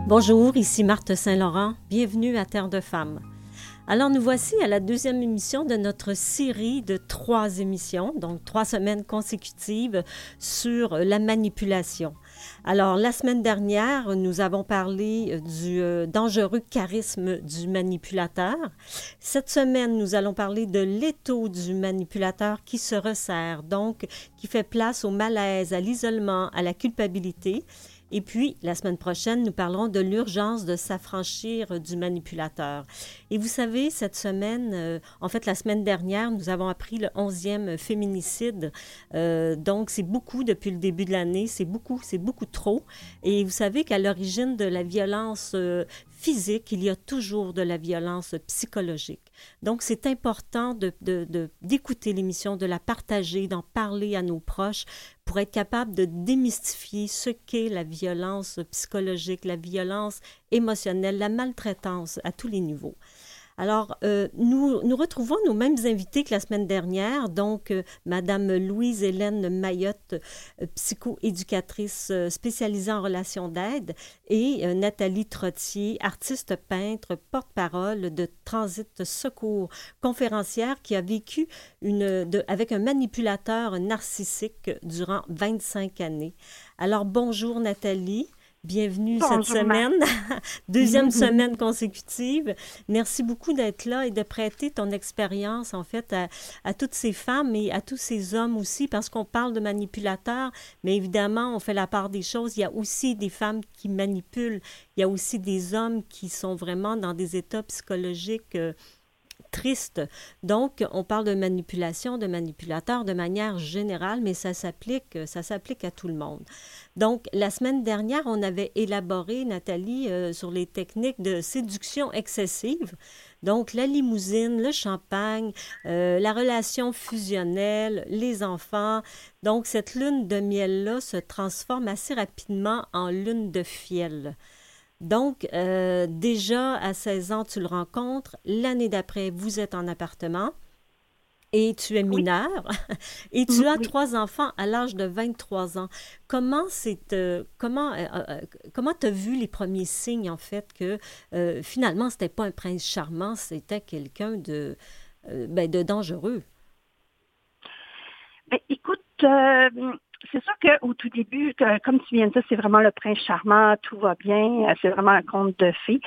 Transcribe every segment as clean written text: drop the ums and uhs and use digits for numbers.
Bonjour, ici Marthe Saint-Laurent. Bienvenue à Terre de Femmes. Alors, nous voici à la deuxième émission de notre série de 3 émissions, donc 3 semaines consécutives sur la manipulation. Alors, la semaine dernière, nous avons parlé du dangereux charisme du manipulateur. Cette semaine, nous allons parler de l'étau du manipulateur qui se resserre, donc qui fait place au malaise, à l'isolement, à la culpabilité. Et puis, la semaine prochaine, nous parlerons de l'urgence de s'affranchir du manipulateur. Et vous savez, cette semaine, en fait, la semaine dernière, nous avons appris le 11e féminicide. Donc, c'est beaucoup depuis le début de l'année. C'est beaucoup trop. Et vous savez qu'à l'origine de la violence physique, il y a toujours de la violence psychologique. Donc, c'est important d'écouter l'émission, de la partager, d'en parler à nos proches pour être capable de démystifier ce qu'est la violence psychologique, la violence émotionnelle, la maltraitance à tous les niveaux. Alors, nous retrouvons nos mêmes invités que la semaine dernière, donc Madame Louise-Hélène Mayotte, psychoéducatrice spécialisée en relations d'aide, et Nathalie Trottier, artiste peintre, porte-parole de Transit Secours, conférencière qui a vécu avec un manipulateur narcissique durant 25 années. Alors, bonjour Nathalie. Bienvenue cette semaine, deuxième semaine consécutive. Merci beaucoup d'être là et de prêter ton expérience, en fait, à toutes ces femmes et à tous ces hommes aussi, parce qu'on parle de manipulateurs, mais évidemment, on fait la part des choses. Il y a aussi des femmes qui manipulent. Il y a aussi des hommes qui sont vraiment dans des états psychologiques triste. Donc, on parle de manipulation, de manipulateur de manière générale, mais ça s'applique à tout le monde. Donc, la semaine dernière, on avait élaboré, Nathalie, sur les techniques de séduction excessive. Donc, la limousine, le champagne, la relation fusionnelle, les enfants. Donc, cette lune de miel-là se transforme assez rapidement en lune de fiel. Donc, déjà à 16 ans, tu le rencontres. L'année d'après, vous êtes en appartement et tu es mineur et tu as 3 enfants à l'âge de 23 ans. Comment t'as vu les premiers signes, en fait, que finalement, c'était pas un prince charmant, c'était quelqu'un de dangereux? Ben, écoute, c'est sûr qu'au tout début, comme tu viens de dire, c'est vraiment le prince charmant, tout va bien, c'est vraiment un conte de fées.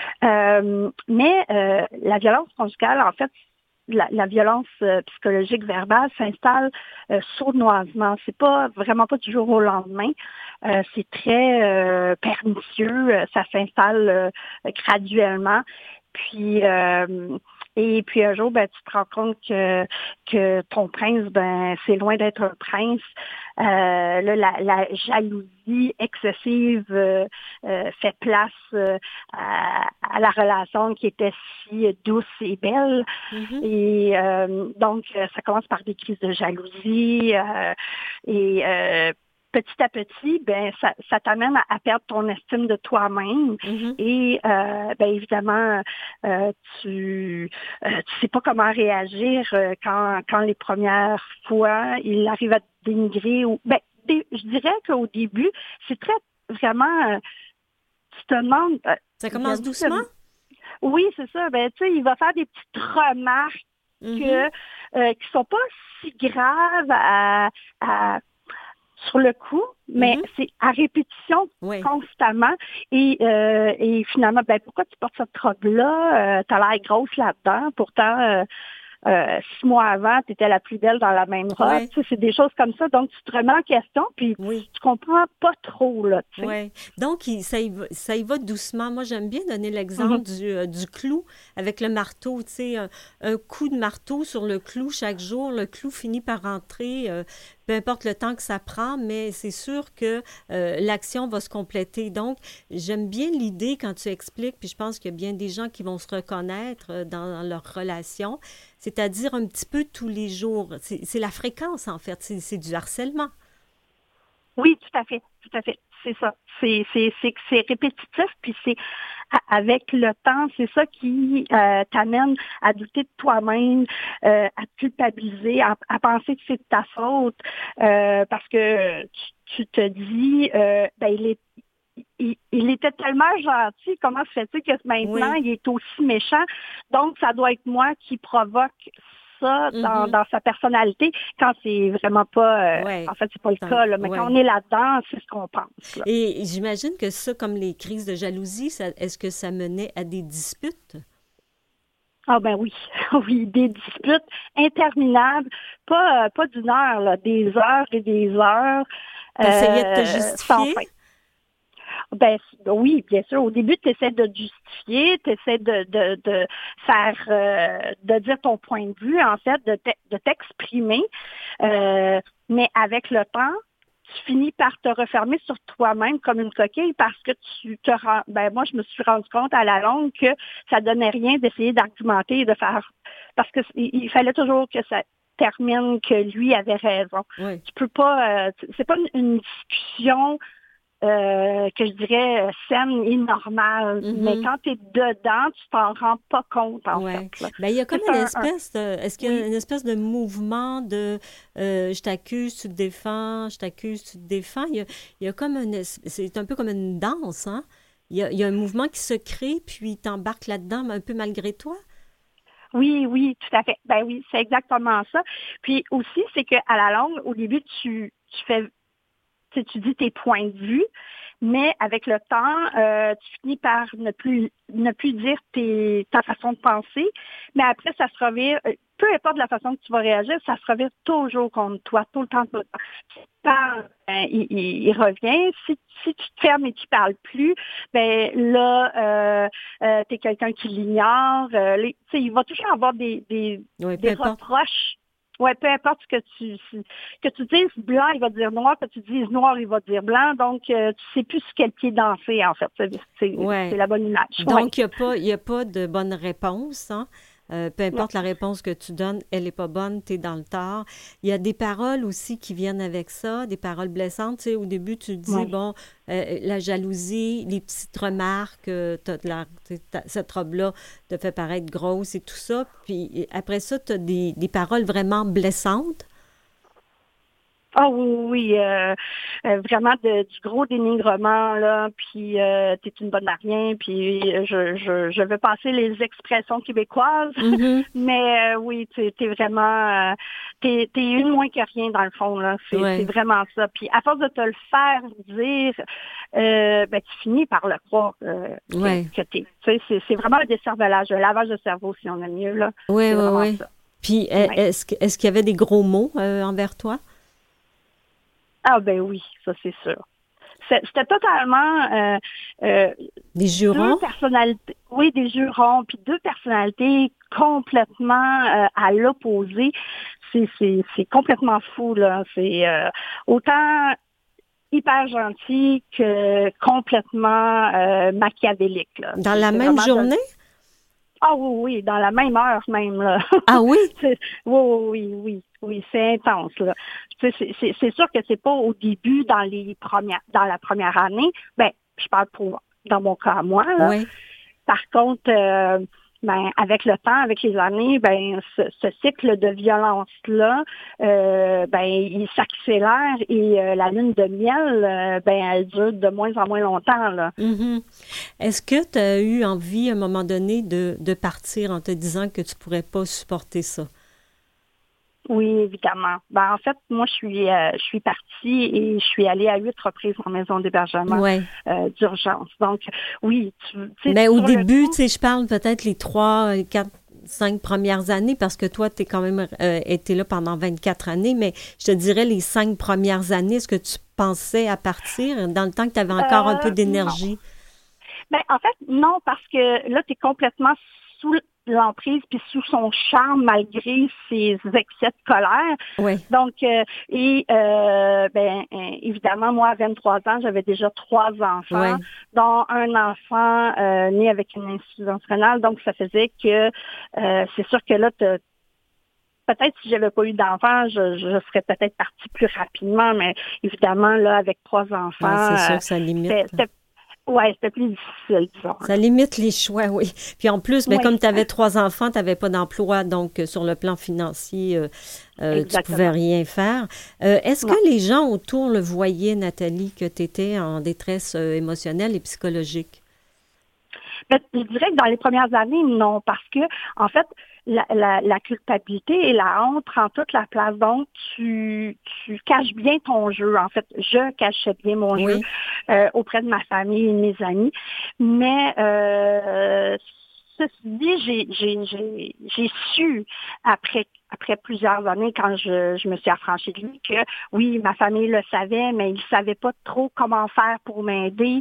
Mais la violence conjugale, en fait, la violence psychologique verbale s'installe sournoisement. C'est vraiment pas du jour au lendemain. C'est très pernicieux. Ça s'installe graduellement. Puis et puis un jour, ben, tu te rends compte que ton prince, ben, c'est loin d'être un prince. La jalousie excessive fait place à la relation qui était si douce et belle. Mm-hmm. Et donc, ça commence par des crises de jalousie et petit à petit, ben ça t'amène à perdre ton estime de toi-même. Mm-hmm. Et ben évidemment, tu sais pas comment réagir quand les premières fois il arrive à te dénigrer ou je dirais qu'au début, c'est très vraiment tu te demandes. Ça commence doucement? Oui, c'est ça. Ben tu sais, il va faire des petites remarques qui sont pas si graves à sur le coup, mais c'est à répétition constamment. Et finalement, ben pourquoi tu portes cette robe-là? T'as l'air grosse là-dedans. Pourtant, 6 mois avant, tu étais la plus belle dans la même robe. Ouais. Tu sais, c'est des choses comme ça. Donc, tu te remets en question, puis tu comprends pas trop. Là, tu sais. Oui. Donc, ça y va doucement. Moi, j'aime bien donner l'exemple du clou avec le marteau. Tu sais, un coup de marteau sur le clou chaque jour. Le clou finit par rentrer, peu importe le temps que ça prend, mais c'est sûr que l'action va se compléter. Donc, j'aime bien l'idée quand tu expliques, puis je pense qu'il y a bien des gens qui vont se reconnaître dans leur relation, c'est-à-dire un petit peu tous les jours. C'est la fréquence, en fait. C'est du harcèlement. Oui, tout à fait. C'est ça. C'est répétitif, puis c'est avec le temps, c'est ça qui t'amène à douter de toi-même, à te culpabiliser, à penser que c'est de ta faute, parce que tu te dis, il était tellement gentil, comment se fait-il que maintenant, Oui. il est aussi méchant? Donc, ça doit être moi qui provoque ça Mhm. dans sa personnalité quand c'est vraiment pas, en Ouais. fait, c'est pas le cas, là, mais quand Ouais. on est là-dedans, c'est ce qu'on pense, là. Et j'imagine que ça, comme les crises de jalousie, est-ce que ça menait à des disputes? Ah ben oui, oui, des disputes interminables, pas d'une heure, là, des heures et des heures, T'essayais de te sans justifier? fin. Ben oui, bien sûr. Au début, tu essaies de te justifier, tu essaies de faire, de dire ton point de vue, en fait, de t'exprimer. Mais avec le temps, tu finis par te refermer sur toi-même comme une coquille parce que tu te rends, ben moi, je me suis rendu compte à la longue que ça donnait rien d'essayer d'argumenter et de faire, parce que il fallait toujours que ça termine que lui avait raison. Oui. Tu peux pas, c'est pas une discussion que je dirais saine et normale. Mais Mhm. quand tu es dedans, tu t'en rends pas compte, en fait, Ouais. là. Ben, il y a comme C'est une espèce de, est-ce qu'il y a oui. une espèce de mouvement de je t'accuse, tu te défends, je t'accuse, tu te défends. Il y a comme c'est un peu comme une danse, hein? Il y a un mouvement qui se crée, puis t'embarques là-dedans un peu malgré toi. Oui, oui, tout à fait. Ben oui, c'est exactement ça. Puis aussi, c'est qu'à la longue, au début, tu fais, tu dis tes points de vue, mais avec le temps, tu finis par ne plus dire ta façon de penser, mais après, ça se revient, peu importe la façon que tu vas réagir, ça se revient toujours contre toi, tout le temps, tout le temps. Si tu parles, ben, il revient. Si tu te fermes et tu parles plus, ben là, tu es quelqu'un qui l'ignore. Tu sais, il va toujours avoir Oui, peu des importe. reproches. Ouais, peu importe ce que tu dises blanc, il va dire noir, que tu dises noir, il va dire blanc. Donc, tu sais plus sur quel pied danser, en fait. C'est Ouais. la bonne image. Ouais. Donc, il y a pas de bonne réponse, hein? Peu Non. importe la réponse que tu donnes, elle n'est pas bonne, tu es dans le tort. Il y a des paroles aussi qui viennent avec ça, des paroles blessantes. Tu sais, au début, tu dis, Ouais. bon, la jalousie, les petites remarques, tu sais, cette robe-là te fait paraître grosse et tout ça. Puis après ça, tu as des paroles vraiment blessantes. Ah oui, oui, oui, vraiment du gros dénigrement, là, puis t'es une bonne à rien, puis je vais passer les expressions québécoises, Mhm. mais oui, t'es vraiment, t'es une moins que rien dans le fond, là, c'est Ouais, vraiment ça. Puis à force de te le faire dire, ben tu finis par le croire ouais, que t'es, tu sais, c'est vraiment un décervelage, un lavage de cerveau, si on aime mieux, là, ouais, c'est ouais, vraiment ouais. ça. Puis Ouais. est-ce qu'il y avait des gros mots envers toi? Ah ben oui, ça c'est sûr. C'était totalement euh, Des deux jurons? personnalités, oui, des jurons, puis deux personnalités complètement à l'opposé. C'est complètement fou, là. C'est autant hyper gentil que complètement machiavélique, là. Dans C'est la c'est même vraiment de... journée? Ah oui, oui, dans la même heure même, là. Ah oui? Oui, oui, oui, oui, oui, c'est intense, là. Tu sais, c'est sûr que c'est pas au début, dans la première année. Ben, je parle pour, dans mon cas à moi, là. Oui. Par contre, ben, avec le temps, avec les années, ben, ce cycle de violence-là, ben, il s'accélère et la lune de miel, ben, elle dure de moins en moins longtemps, là. Mhm. Est-ce que tu as eu envie à un moment donné de partir en te disant que tu pourrais pas supporter ça? Oui, évidemment. Ben, en fait, moi, je suis partie et je suis allée à 8 reprises en maison d'hébergement Oui. d'urgence. Donc, oui, tu sais, Mais au sur le début, tu coup, sais, je parle peut-être les 3, 4, 5 premières années, parce que toi, tu es quand même été là pendant 24 années, mais je te dirais les 5 premières années, est-ce que tu pensais à partir dans le temps que tu avais encore un peu non. d'énergie? Ben, en fait, non, parce que là, tu es complètement sous l'emprise puis sous son charme malgré ses excès de colère. Oui. Donc, ben, évidemment, moi, à 23 ans, j'avais déjà 3 enfants, Oui. dont un enfant né avec une insuffisance rénale. Donc, ça faisait que c'est sûr que là, peut-être si j'avais pas eu d'enfants, je serais peut-être partie plus rapidement, mais évidemment, là, avec trois Ouais, c'est enfants, sûr que ça limite. Ouais, c'était plus difficile, disons. Ça limite les choix, oui. Puis en plus, Oui, comme tu avais 3 enfants, tu n'avais pas d'emploi, donc sur le plan financier, tu ne pouvais rien faire. Est-ce non. que les gens autour le voyaient, Nathalie, que tu étais en détresse émotionnelle et psychologique? Mais je dirais que dans les premières années, non, parce que, en fait, la culpabilité et la honte prennent toute la place. Donc, tu caches bien ton jeu. En fait, je cachais bien mon jeu Oui. auprès de ma famille et de mes amis. Mais ceci dit, j'ai su après plusieurs années, quand je me suis affranchie de lui, que oui, ma famille le savait, mais ils ne savaient pas trop comment faire pour m'aider.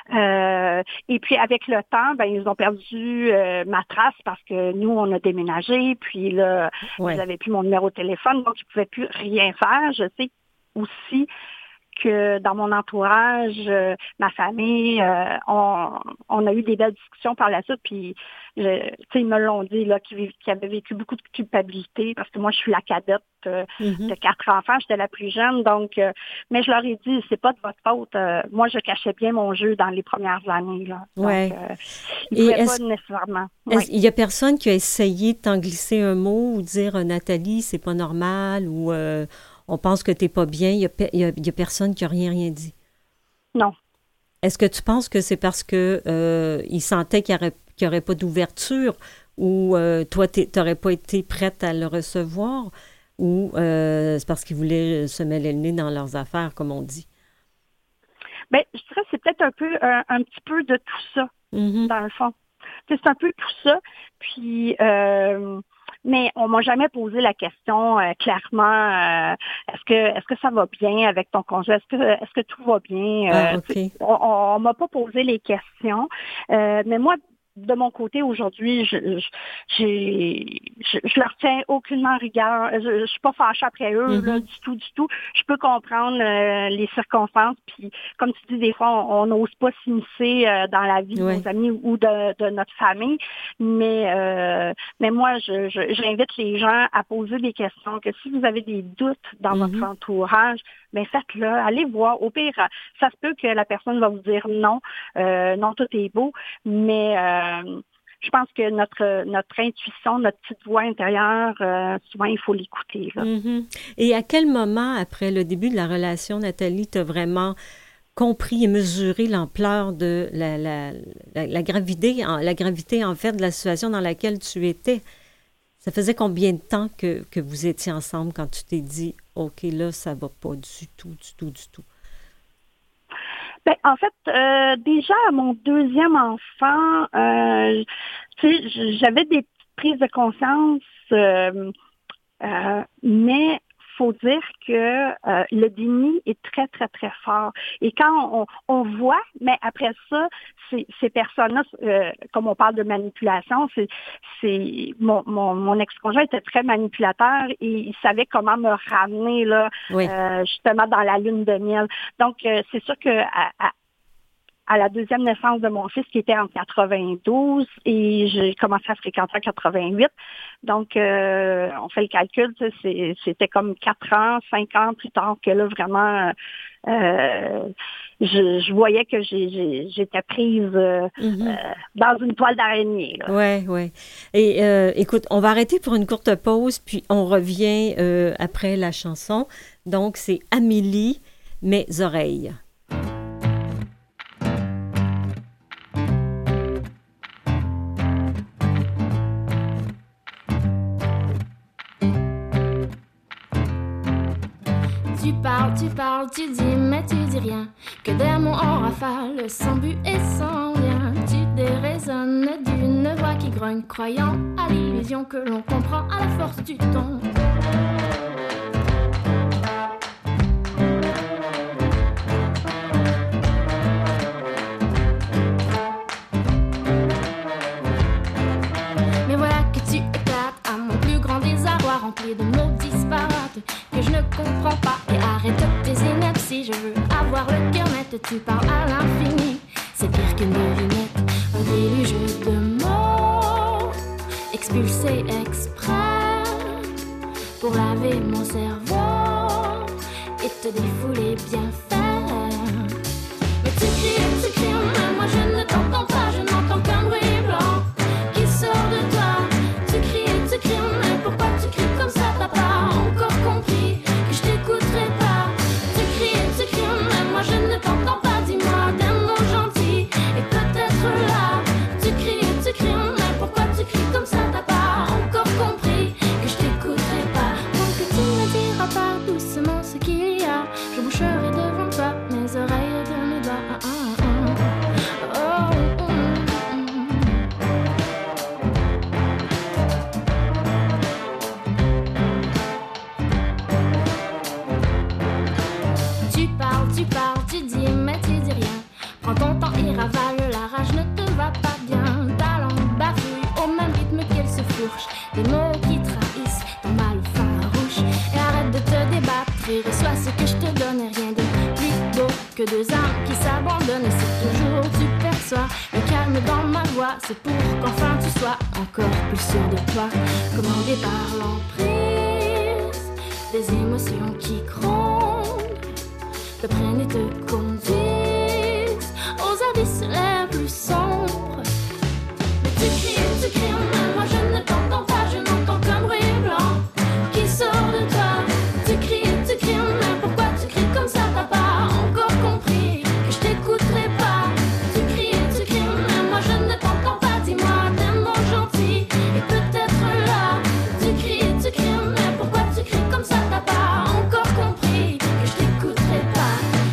Et puis, avec le temps, ben, ils ont perdu ma trace parce que nous, on a déménagé, puis là, Ouais. ils n'avaient plus mon numéro de téléphone, donc ils ne pouvaient plus rien faire. Je sais aussi que dans mon entourage, ma famille, on a eu des belles discussions par la suite, puis ils me l'ont dit là, qu'ils avaient vécu beaucoup de culpabilité parce que moi, je suis la cadette de 4 enfants, j'étais la plus jeune, donc mais je leur ai dit, c'est pas de votre faute. Moi, je cachais bien mon jeu dans les premières années. Là. Ouais. Donc, ils ne pouvaient pas nécessairement. Il y a personne qui a essayé de t'en glisser un mot ou dire Nathalie, c'est pas normal ou on pense que t'es pas bien. Il y a personne qui a rien dit. Non. Est-ce que tu penses que c'est parce que il sentait qu'il n'y aurait pas d'ouverture ou toi, tu n'aurais pas été prête à le recevoir ou c'est parce qu'ils voulaient se mêler le nez dans leurs affaires, comme on dit? Bien, je dirais que c'est peut-être un petit peu de tout ça, dans le fond. C'est un peu tout ça. Puis, mais on m'a jamais posé la question clairement. Est-ce que ça va bien avec ton conjoint? Est-ce que tout va bien? OK. On m'a pas posé les questions. Mais moi, de mon côté, aujourd'hui, je leur tiens aucunement rigueur. Je suis pas fâchée après eux, là, du tout. Je peux comprendre les circonstances. Puis, comme tu dis, des fois, on n'ose pas s'immiscer dans la vie de nos amis ou de notre famille. Mais moi, j'invite les gens à poser des questions. Que si vous avez des doutes dans votre entourage, ben faites-le. Allez voir. Au pire, ça se peut que la personne va vous dire non. Non, tout est beau. Mais je pense que notre intuition, notre petite voix intérieure, souvent, il faut l'écouter. Là. Et à quel moment, après le début de la relation, Nathalie, tu as vraiment compris et mesuré l'ampleur de la gravité, en fait, de la situation dans laquelle tu étais? Ça faisait combien de temps que vous étiez ensemble quand tu t'es dit « OK, là, ça va pas du tout. » Ben, en fait, déjà à mon deuxième enfant, j'avais des petites prises de conscience, mais faut dire que le déni est très, très, très fort. Et quand on voit, mais après ça, ces personnes-là, comme on parle de manipulation, mon ex-conjoint était très manipulateur et il savait comment me ramener là, justement dans la lune de miel. Donc, c'est sûr que à la deuxième naissance de mon fils, qui était en 92, et j'ai commencé à fréquenter en 88. Donc, on fait le calcul, c'était comme 4 ans, 5 ans plus tard que là, vraiment, je voyais que j'étais prise dans une toile d'araignée. Oui. Et écoute, on va arrêter pour une courte pause, puis on revient après la chanson. Donc, c'est Amélie, Mes oreilles. Tu parles, tu dis, mais tu dis rien. Que des mots en rafale, sans but et sans lien. Tu déraisonnes d'une voix qui grogne, croyant à l'illusion que l'on comprend à la force du ton. Mais voilà que tu éclates à mon plus grand désarroi, rempli de mots disparates que je ne comprends pas. Arrête tes inepties, je veux avoir le cœur net. Tu parles à l'infini, c'est pire qu'une devinette. Un déluge de mots, expulsés exprès pour laver mon cerveau et te défouler bien faire. Mais tu cries, même voix, c'est pour qu'enfin tu sois encore plus sûr de toi. Commandé par l'emprise des émotions qui grondent, te prennent et te conduisent aux abysses les plus sombres. Mais tu cries, mais moi je ne t'entends pas, je n'entends qu'un bruit blanc qui sort de toi. Tu cries, mais pourquoi tu cries comme ça? T'as pas encore compris que je t'écouterai pas. Tu cries, mais moi je ne t'entends pas. Dis-moi des mots gentils et peut-être là. Tu cries, mais pourquoi tu cries comme ça? T'as pas encore compris que je t'écouterai pas.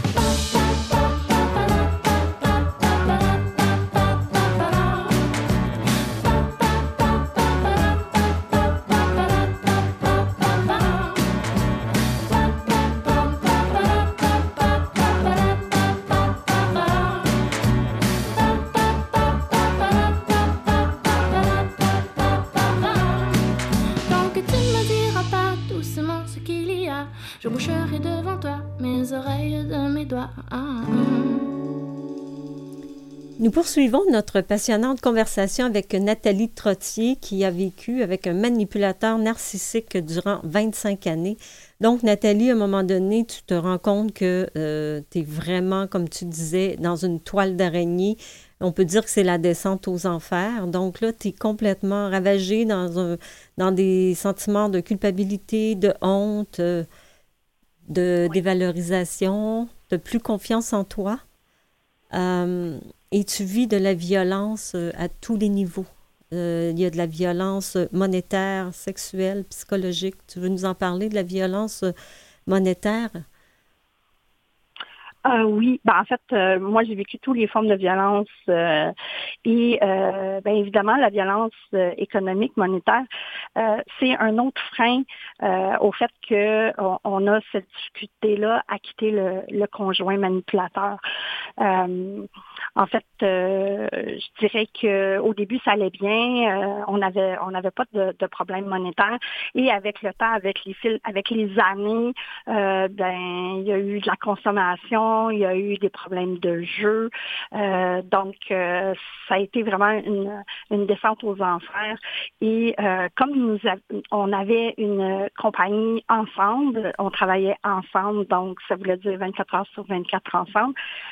Tant que tu ne me diras pas doucement ce qu'il y a, je boucherai devant toi mes oreilles de mes doigts. Nous poursuivons notre passionnante conversation avec Nathalie Trottier qui a vécu avec un manipulateur narcissique durant 25 années. Donc, Nathalie, à un moment donné, tu te rends compte que tu es vraiment, comme tu disais, dans une toile d'araignée. On peut dire que c'est la descente aux enfers. Donc là, tu es complètement ravagée dans des sentiments de culpabilité, de honte, de dévalorisation, de plus confiance en toi. Et tu vis de la violence à tous les niveaux. Il y a de la violence monétaire, sexuelle, psychologique. Tu veux nous en parler de la violence monétaire? Oui, en fait, moi j'ai vécu toutes les formes de violence et évidemment la violence économique, monétaire, c'est un autre frein au fait qu'on a cette difficulté-là à quitter le conjoint manipulateur. En fait, je dirais qu'au début ça allait bien, on n'avait pas de problème monétaire et avec le temps, avec les années, il y a eu de la consommation. Il y a eu des problèmes de jeu. Donc, ça a été vraiment une descente aux enfers. Et comme on avait une compagnie ensemble, on travaillait ensemble, donc ça voulait dire 24 heures sur 24 ensemble.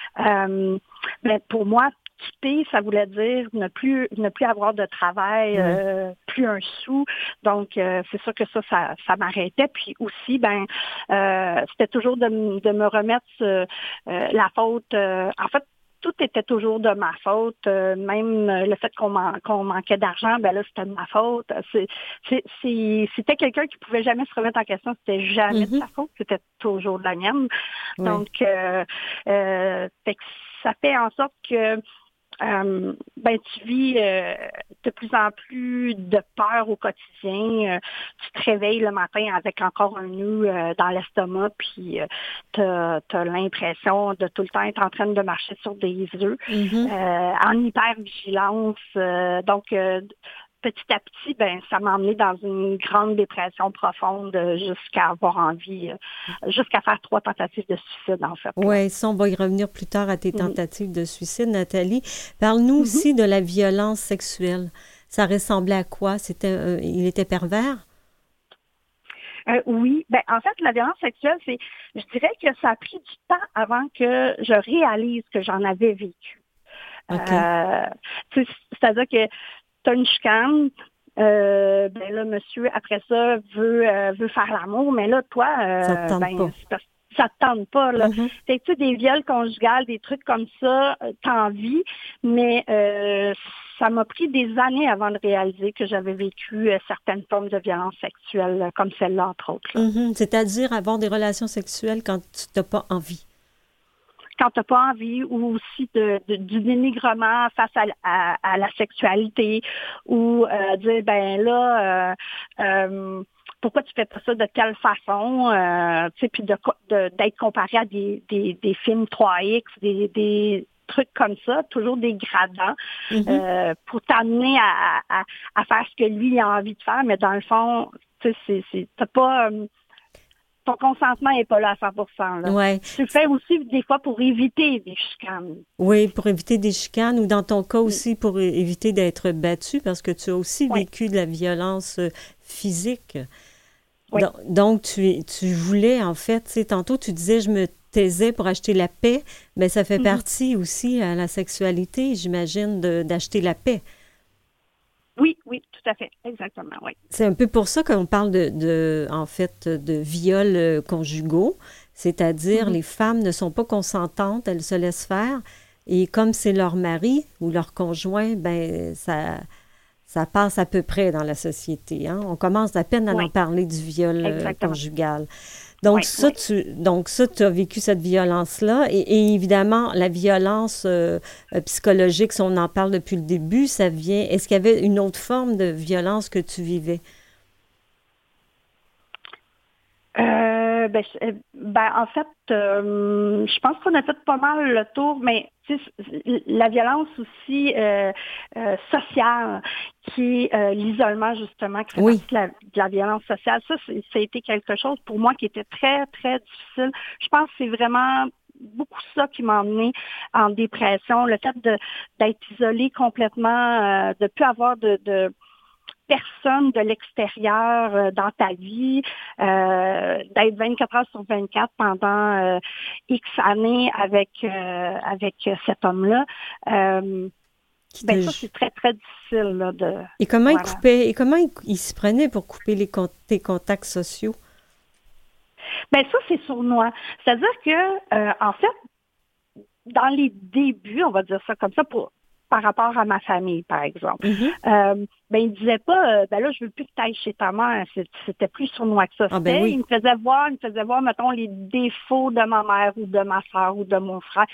Pour moi, quitter, ça voulait dire ne plus avoir de travail, plus un sou. Donc, c'est sûr que ça m'arrêtait. Puis aussi, c'était toujours de me remettre la faute. En fait, tout était toujours de ma faute. Même le fait qu'on manquait d'argent, là, c'était de ma faute. C'était quelqu'un qui pouvait jamais se remettre en question. C'était jamais de sa faute. C'était toujours de la mienne. Oui. Donc, fait que ça fait en sorte que tu vis de plus en plus de peur au quotidien. Tu te réveilles le matin avec encore un nœud dans l'estomac, puis t'as l'impression de tout le temps être en train de marcher sur des œufs, en hyper-vigilance. Donc, petit à petit, ça m'a emmené dans une grande dépression profonde jusqu'à avoir envie, jusqu'à faire 3 tentatives de suicide, en fait. Oui, ça, on va y revenir plus tard à tes tentatives de suicide, Nathalie. Parle-nous aussi de la violence sexuelle. Ça ressemblait à quoi? Il était pervers? Oui. En fait, la violence sexuelle, je dirais que ça a pris du temps avant que je réalise que j'en avais vécu. Okay. C'est-à-dire que t'as une chicane, là, monsieur, après ça, veut faire l'amour, mais là, toi, ça te tente pas, là. Fait que, des viols conjugales, des trucs comme ça, t'en vis, mais ça m'a pris des années avant de réaliser que j'avais vécu certaines formes de violence sexuelle, comme celle-là, entre autres. C'est-à-dire avoir des relations sexuelles quand tu n'as pas envie. Quand tu n'as pas envie, ou aussi du dénigrement face à la sexualité, ou dire, pourquoi tu fais pas ça de telle façon, puis d'être comparé à des films 3X, des trucs comme ça, toujours dégradants, pour t'amener à faire ce que lui a envie de faire, mais dans le fond, t'as pas... ton consentement n'est pas là à 100%. Là. Ouais. Tu le fais aussi des fois pour éviter des chicanes. Oui, pour éviter des chicanes ou dans ton cas aussi pour éviter d'être battu parce que tu as aussi vécu de la violence physique. Oui. Donc, tu voulais, en fait, tu sais, tantôt tu disais je me taisais pour acheter la paix, mais ça fait partie aussi à la sexualité, j'imagine, d'acheter la paix. Oui, tout à fait, exactement, oui. C'est un peu pour ça qu'on parle en fait, de viols conjugaux, c'est-à-dire les femmes ne sont pas consentantes, elles se laissent faire, et comme c'est leur mari ou leur conjoint, ben ça passe à peu près dans la société. Hein? On commence à peine à en parler du viol conjugal. Donc, tu as vécu cette violence-là. Et évidemment, la violence psychologique, si on en parle depuis le début, ça vient... Est-ce qu'il y avait une autre forme de violence que tu vivais? En fait, je pense qu'on a fait pas mal le tour, mais la violence aussi sociale, qui est l'isolement justement, qui fait partie de la violence sociale, ça a été quelque chose pour moi qui était très, très difficile. Je pense que c'est vraiment beaucoup ça qui m'a emmenée en dépression, le fait d'être isolée complètement, de ne plus avoir de personne de l'extérieur dans ta vie, d'être 24 heures sur 24 pendant X années avec cet homme-là. Ça, c'est très, très difficile. Là, Et comment il coupait, et comment il se prenait pour couper tes contacts sociaux? Ça, c'est sournois. C'est-à-dire que, en fait, dans les débuts, on va dire ça comme ça, par rapport à ma famille, par exemple. Il disait pas, là, je veux plus que tu ailles chez ta mère. C'était plus sournois que ça. Il me faisait voir, mettons, les défauts de ma mère ou de ma soeur ou de mon frère.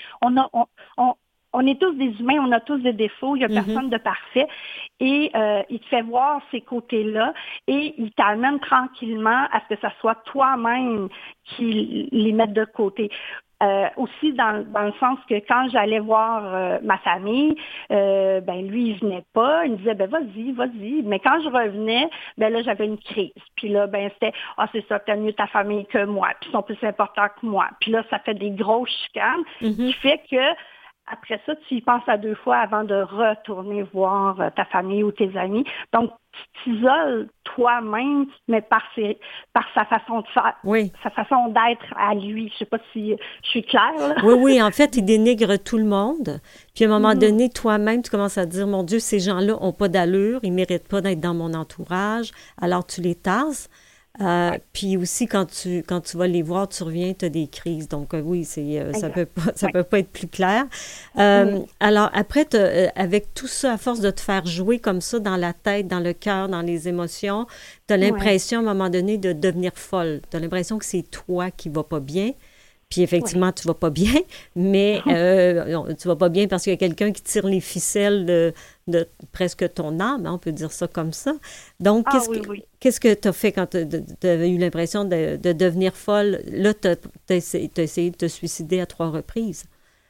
On est tous des humains, on a tous des défauts, il n'y a personne de parfait. Et il te fait voir ces côtés-là et il t'amène tranquillement à ce que ça soit toi-même qui les mette de côté. Aussi dans le sens que quand j'allais voir ma famille, lui, il venait pas. Il me disait, vas-y. Mais quand je revenais, là, j'avais une crise. Puis là, c'était, c'est ça, t'as mieux ta famille que moi. Puis ils sont plus importants que moi. Puis là, ça fait des grosses chicanes qui fait que après ça, tu y penses à 2 fois avant de retourner voir ta famille ou tes amis. Donc, tu t'isoles toi-même, mais par sa façon de faire, sa façon d'être à lui. Je sais pas si je suis claire. Là. Oui, en fait, il dénigre tout le monde. Puis à un moment donné, toi-même, tu commences à te dire, mon Dieu, ces gens-là n'ont pas d'allure, ils ne méritent pas d'être dans mon entourage, alors tu les tasses. Puis aussi, quand tu vas les voir, tu reviens, tu as des crises. Donc oui, ça peut pas être plus clair. Alors après, avec tout ça, à force de te faire jouer comme ça dans la tête, dans le cœur, dans les émotions, tu as l'impression à un moment donné de devenir folle. Tu as l'impression que c'est toi qui ne vas pas bien. Puis effectivement, tu vas pas bien, mais tu vas pas bien parce qu'il y a quelqu'un qui tire les ficelles de presque ton âme, hein, on peut dire ça comme ça. Donc, qu'est-ce que tu as fait quand tu as eu l'impression de devenir folle? Là, tu as essayé de te suicider à 3 reprises.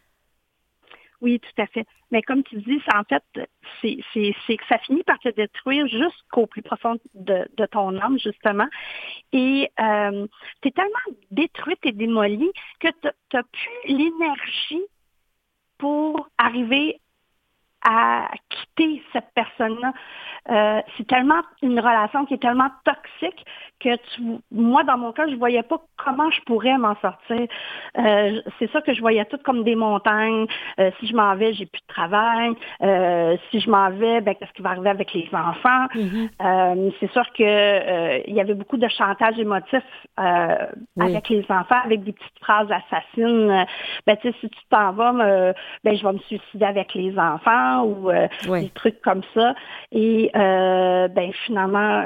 Oui, tout à fait. Mais comme tu dis, en fait, c'est que ça finit par te détruire jusqu'au plus profond de ton âme, justement. Et tu es tellement détruite et démolie que tu n'as plus l'énergie pour arriver à quitter cette personne-là. C'est tellement une relation qui est tellement toxique que moi, dans mon cas, je voyais pas comment je pourrais m'en sortir. C'est ça que je voyais tout comme des montagnes. Si je m'en vais, j'ai plus de travail. Si je m'en vais, qu'est-ce qui va arriver avec les enfants? C'est sûr que il y avait beaucoup de chantage émotif avec les enfants, avec des petites phrases assassines. Si tu t'en vas, je vais me suicider avec les enfants ou des trucs comme ça. Et finalement,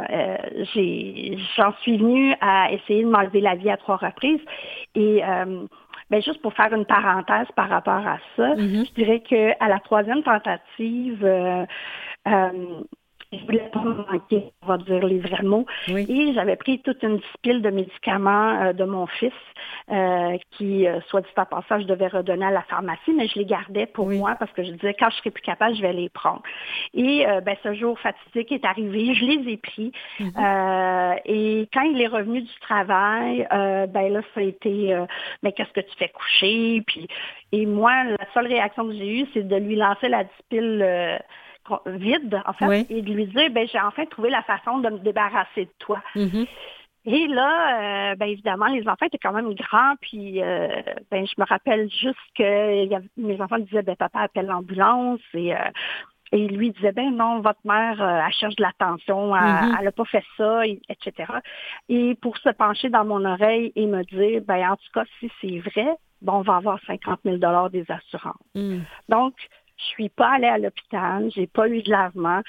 j'en suis venue à essayer de m'enlever la vie à 3 reprises. Et juste pour faire une parenthèse par rapport à ça, je dirais qu'à la 3e tentative, je voulais pas me manquer, on va dire les vrais mots. Oui. Et j'avais pris toute une pile de médicaments de mon fils qui, soit dit en passant, je devais redonner à la pharmacie, mais je les gardais pour moi parce que je disais, quand je serai plus capable, je vais les prendre. Et ce jour fatidique est arrivé, je les ai pris. Et quand il est revenu du travail, là, ça a été, mais qu'est-ce que tu fais coucher? Et moi, la seule réaction que j'ai eue, c'est de lui lancer la pile vide, en fait, et de lui dire, j'ai enfin trouvé la façon de me débarrasser de toi. Et là, évidemment, les enfants étaient quand même grands, puis je me rappelle juste que mes enfants disaient, papa appelle l'ambulance, et lui disait, non, votre mère, elle cherche de l'attention, elle n'a pas fait ça, etc. Et pour se pencher dans mon oreille et me dire, en tout cas, si c'est vrai, on va avoir 50 000 $ des assurances. Donc, je suis pas allée à l'hôpital, j'ai pas eu de lavement.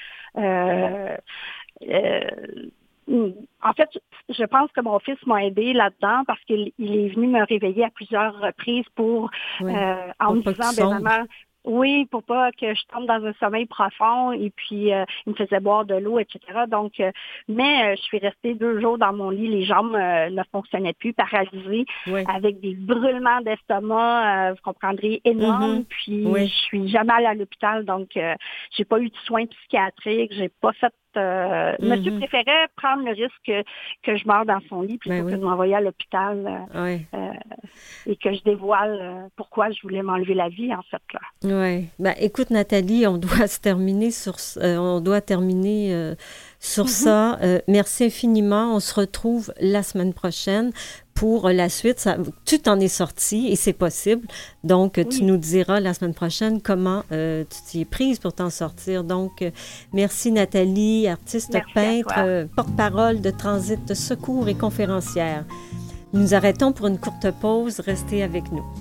En fait, je pense que mon fils m'a aidé là-dedans parce qu'il est venu me réveiller à plusieurs reprises en me disant, maman, oui, pour pas que je tombe dans un sommeil profond, et puis il me faisait boire de l'eau, etc. Donc, mais je suis restée 2 jours dans mon lit, les jambes ne fonctionnaient plus, paralysées, avec des brûlements d'estomac, vous comprendrez, énormes. Puis je suis jamais allée à l'hôpital, donc j'ai pas eu de soins psychiatriques, j'ai pas fait monsieur préférait prendre le risque que je meure dans son lit plutôt que de m'envoyer à l'hôpital et que je dévoile pourquoi je voulais m'enlever la vie, en fait, là. Oui. Écoute, Nathalie, on doit terminer sur ça. Merci infiniment. On se retrouve la semaine prochaine pour la suite. Tu t'en es sortie et c'est possible. Donc, tu nous diras la semaine prochaine comment tu t'y es prise pour t'en sortir. Donc, merci Nathalie, artiste peintre, porte-parole de Transit Secours et conférencière. Nous arrêtons pour une courte pause. Restez avec nous.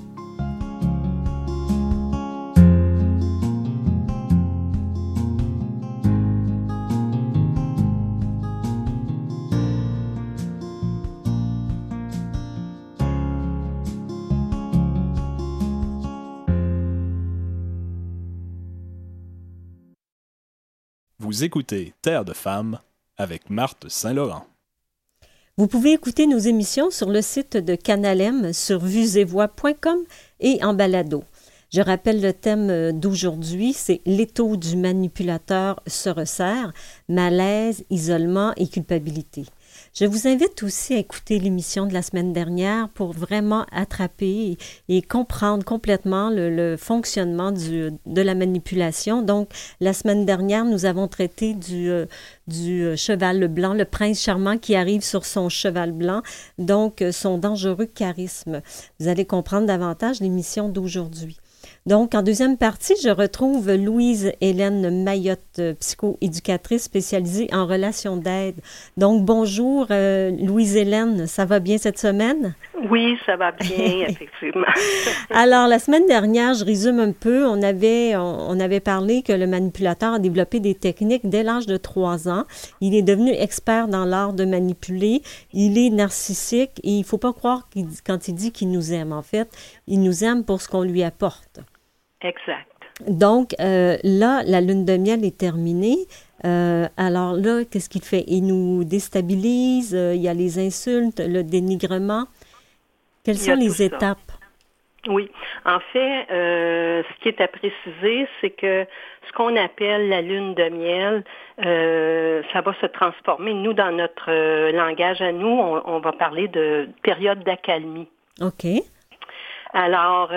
Vous écoutez Terre de femmes avec Marthe Saint-Laurent. Vous pouvez écouter nos émissions sur le site de Canal M sur vuesetvoix.com et en balado. Je rappelle le thème d'aujourd'hui, c'est « L'étau du manipulateur se resserre, malaise, isolement et culpabilité ». Je vous invite aussi à écouter l'émission de la semaine dernière pour vraiment attraper et comprendre complètement le fonctionnement de la manipulation. Donc, la semaine dernière, nous avons traité du cheval blanc, le prince charmant qui arrive sur son cheval blanc, donc son dangereux charisme. Vous allez comprendre davantage l'émission d'aujourd'hui. Donc, en deuxième partie, je retrouve Louise-Hélène Mayotte, psychoéducatrice spécialisée en relations d'aide. Donc, bonjour Louise-Hélène, ça va bien cette semaine? Oui, ça va bien, effectivement. Alors, la semaine dernière, je résume un peu, on avait parlé que le manipulateur a développé des techniques dès l'âge de 3 ans. Il est devenu expert dans l'art de manipuler. Il est narcissique et il ne faut pas croire quand il dit qu'il nous aime. En fait, il nous aime pour ce qu'on lui apporte. Exact. Donc, là, la lune de miel est terminée. Alors là, qu'est-ce qu'il fait? Il nous déstabilise, il y a les insultes, le dénigrement. Quelles sont les étapes? Oui. En fait, ce qui est à préciser, c'est que ce qu'on appelle la lune de miel, ça va se transformer. Nous, dans notre langage à nous, on va parler de période d'accalmie. OK. Alors,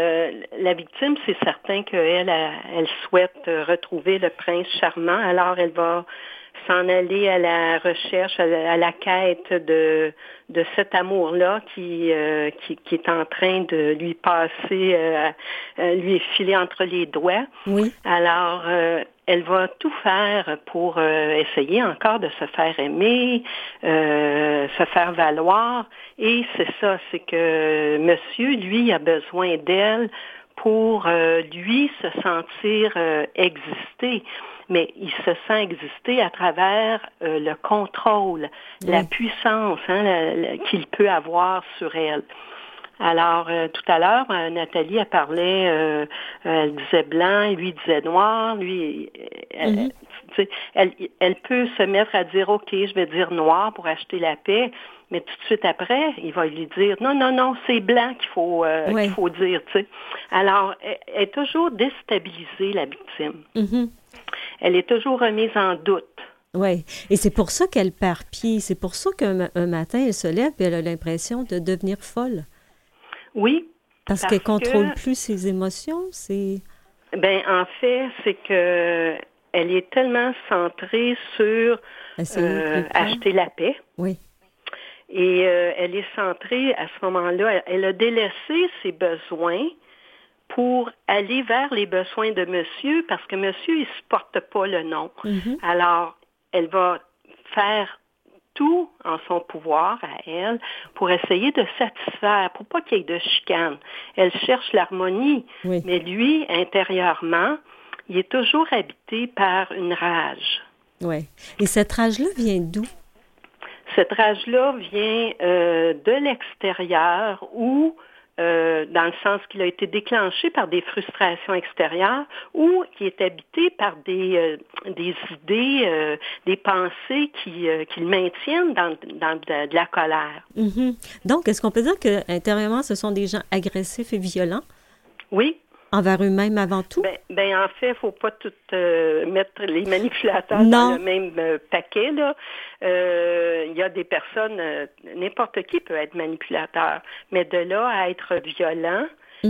la victime, c'est certain qu'elle elle souhaite retrouver le prince charmant. Alors, elle va s'en aller à la recherche, à la quête de cet amour-là qui est en train de lui passer, lui filer entre les doigts. Oui. Alors, elle va tout faire pour essayer encore de se faire aimer, se faire valoir. Et c'est ça, c'est que monsieur, lui, a besoin d'elle pour lui se sentir exister. Mais il se sent exister à travers le contrôle, la puissance qu'il peut avoir sur elle. Alors, tout à l'heure, Nathalie, elle parlait, elle disait blanc, lui disait noir, lui, Tu sais, elle peut se mettre à dire, OK, je vais dire noir pour acheter la paix, mais tout de suite après, il va lui dire, non, c'est blanc qu'il faut dire, tu sais. Alors, elle est toujours déstabilisée, la victime. Mhm. Elle est toujours remise en doute. Oui, et c'est pour ça qu'elle perd pied. C'est pour ça qu'un matin, elle se lève et elle a l'impression de devenir folle. Oui. Parce qu'elle ne contrôle plus ses émotions, Ben, en fait, c'est que elle est tellement centrée sur acheter la paix. Oui. Et elle est centrée, à ce moment-là, elle a délaissé ses besoins pour aller vers les besoins de monsieur, parce que monsieur, il ne supporte pas le non. Mm-hmm. Alors, elle va faire tout en son pouvoir à elle pour essayer de satisfaire, pour pas qu'il y ait de chicane. Elle cherche l'harmonie, mais lui, intérieurement, il est toujours habité par une rage. Oui. Et cette rage-là vient d'où? Cette rage-là vient de l'extérieur ou dans le sens qu'il a été déclenché par des frustrations extérieures ou qui est habité par des idées, des pensées qui le maintiennent dans de la colère. Mm-hmm. Donc, est-ce qu'on peut dire qu'intérieurement, ce sont des gens agressifs et violents? Oui. Envers eux-mêmes avant tout? Ben en fait, il ne faut pas tout mettre les manipulateurs dans le même paquet, là. Il y a des personnes, n'importe qui peut être manipulateur, mais de là à être violent,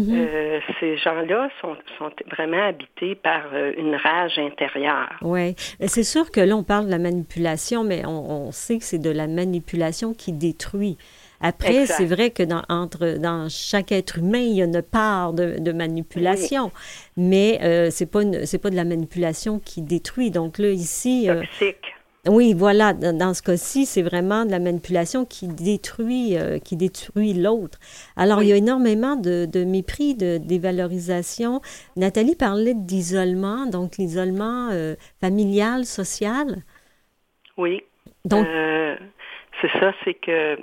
ces gens-là sont vraiment habités par une rage intérieure. Oui. C'est sûr que là, on parle de la manipulation, mais on sait que c'est de la manipulation qui détruit. Après, exact. C'est vrai que dans chaque être humain, il y a une part de manipulation, mais c'est pas de la manipulation qui détruit. Donc là, ici... toxique. Oui, voilà. Dans ce cas-ci, c'est vraiment de la manipulation qui détruit l'autre. Alors, il y a énormément de mépris, de dévalorisation. Nathalie parlait d'isolement, donc l'isolement familial, social. Oui. Donc... c'est ça, c'est que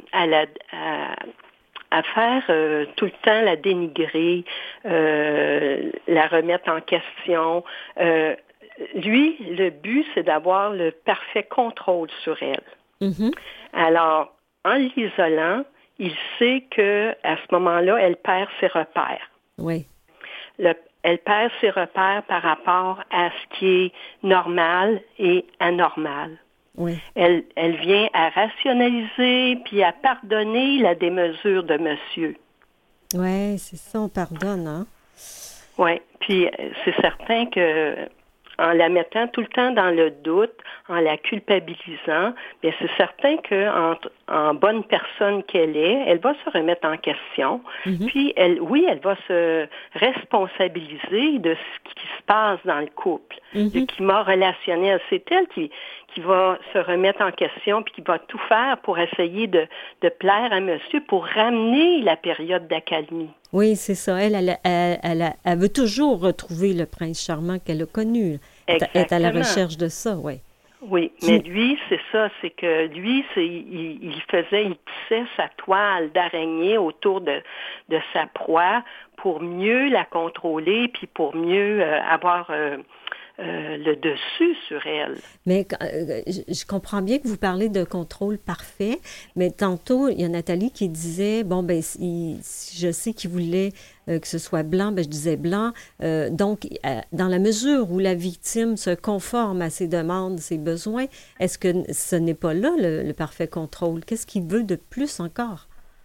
à faire tout le temps la dénigrer, la remettre en question. Lui, le but, c'est d'avoir le parfait contrôle sur elle. Mm-hmm. Alors, en l'isolant, il sait que à ce moment-là, elle perd ses repères. Oui. Elle perd ses repères par rapport à ce qui est normal et anormal. Oui. Elle vient à rationaliser puis à pardonner la démesure de monsieur. Oui, c'est ça, on pardonne, hein? Oui, puis c'est certain que en la mettant tout le temps dans le doute, en la culpabilisant, bien c'est certain en bonne personne qu'elle est, elle va se remettre en question. Mm-hmm. Puis elle va se responsabiliser de ce qui se passe dans le couple, le climat relationnel. C'est elle qui va se remettre en question puis qui va tout faire pour essayer de plaire à monsieur pour ramener la période d'accalmie. Oui, c'est ça. Elle veut toujours retrouver le prince charmant qu'elle a connu. Elle est à la recherche de ça, oui. Oui, mais lui, c'est ça, c'est que lui, il tissait sa toile d'araignée autour de sa proie pour mieux la contrôler puis pour mieux avoir le dessus sur elle. Mais je comprends bien que vous parlez de contrôle parfait, mais tantôt, il y a Nathalie qui disait, bon, ben, si je sais qu'il voulait que ce soit blanc, ben, je disais blanc. Donc, dans la mesure où la victime se conforme à ses demandes, ses besoins, est-ce que ce n'est pas là le parfait contrôle? Qu'est-ce qu'il veut de plus encore?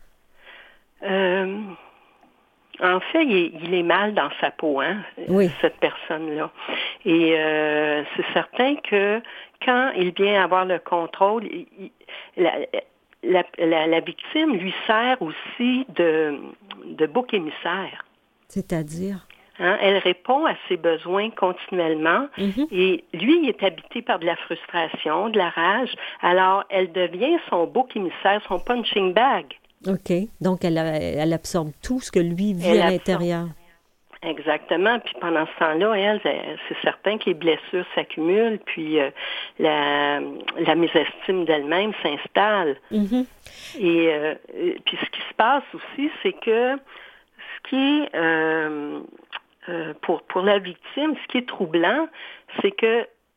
En fait, il est mal dans sa peau, hein, oui. Cette personne-là. Et c'est certain que quand il vient avoir le contrôle, la victime lui sert aussi de bouc émissaire. C'est-à-dire? Hein, elle répond à ses besoins continuellement et lui, il est habité par de la frustration, de la rage. Alors, elle devient son bouc émissaire, son punching bag. OK. Donc, elle absorbe tout ce que lui vit à l'intérieur. Exactement. Puis pendant ce temps-là, elle, c'est certain que les blessures s'accumulent, puis la mésestime d'elle-même s'installe. Mm-hmm. Et puis ce qui se passe aussi, c'est que ce qui est pour la victime, ce qui est troublant, c'est que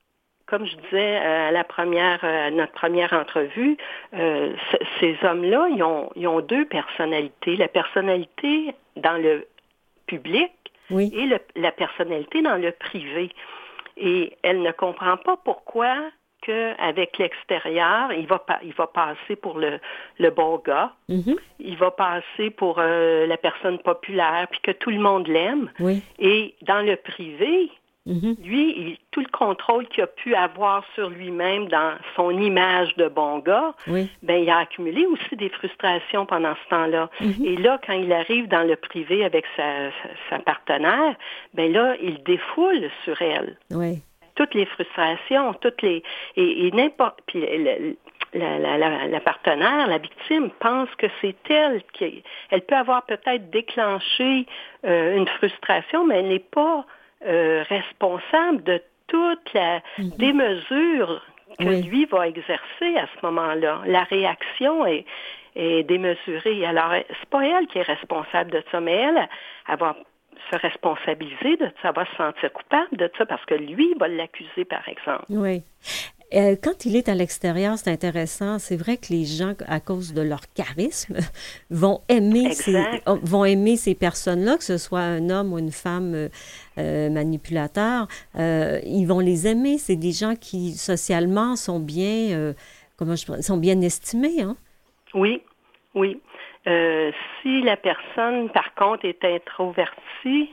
comme je disais à notre première entrevue, ces hommes-là, ils ont deux personnalités. La personnalité dans le public et la personnalité dans le privé. Et elle ne comprend pas pourquoi qu'avec l'extérieur, il va passer pour le bon gars. Mm-hmm. Il va passer pour la personne populaire, puis que tout le monde l'aime. Oui. Et dans le privé, lui, tout le contrôle qu'il a pu avoir sur lui-même dans son image de bon gars, ben, il a accumulé aussi des frustrations pendant ce temps-là. Mm-hmm. Et là, quand il arrive dans le privé avec sa partenaire, ben là, il défoule sur elle. Oui. Toutes les frustrations, et n'importe... Puis la partenaire, la victime, pense que c'est elle elle peut avoir peut-être déclenché une frustration, mais elle n'est pas responsable de toute la démesure que lui va exercer à ce moment-là. La réaction est démesurée. Alors, c'est pas elle qui est responsable de ça, mais elle va se responsabiliser de ça, va se sentir coupable de ça parce que lui va l'accuser, par exemple. Oui. Quand il est à l'extérieur, c'est intéressant. C'est vrai que les gens, à cause de leur charisme, vont aimer ces personnes-là, que ce soit un homme ou une femme manipulateur. Ils vont les aimer. C'est des gens qui, socialement, sont bien, sont bien estimés. Hein? Oui, oui. Si la personne, par contre, est introvertie,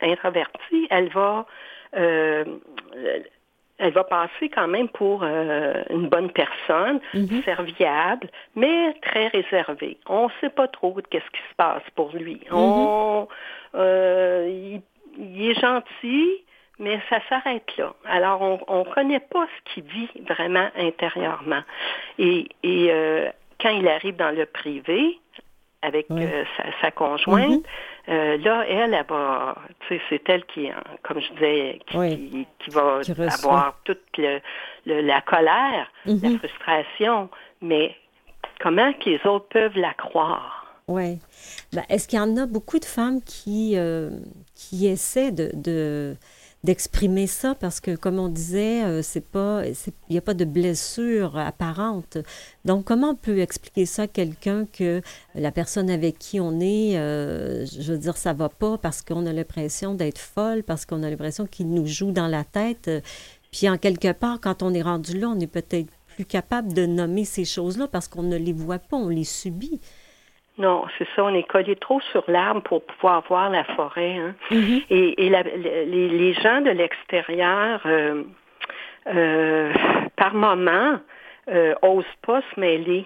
elle va passer quand même pour une bonne personne, serviable, mais très réservée. On ne sait pas trop qu'est-ce qui se passe pour lui. Il est gentil, mais ça s'arrête là. Alors, on ne connaît pas ce qu'il vit vraiment intérieurement. Et quand il arrive dans le privé, avec sa conjointe, là, elle va, tu sais, c'est elle qui, comme je disais, qui va avoir toute la colère, la frustration, mais comment que les autres peuvent la croire? Oui. Ben, est-ce qu'il y en a beaucoup de femmes qui essaient d'exprimer ça parce que, comme on disait, il n'y a pas de blessure apparente. Donc, comment on peut expliquer ça à quelqu'un que la personne avec qui on est, je veux dire, ça va pas parce qu'on a l'impression d'être folle, parce qu'on a l'impression qu'il nous joue dans la tête. Puis, en quelque part, quand on est rendu là, on est peut-être plus capable de nommer ces choses-là parce qu'on ne les voit pas, on les subit. Non, c'est ça, on est collé trop sur l'arbre pour pouvoir voir la forêt. Hein? Mm-hmm. Et les gens de l'extérieur, par moment, osent pas se mêler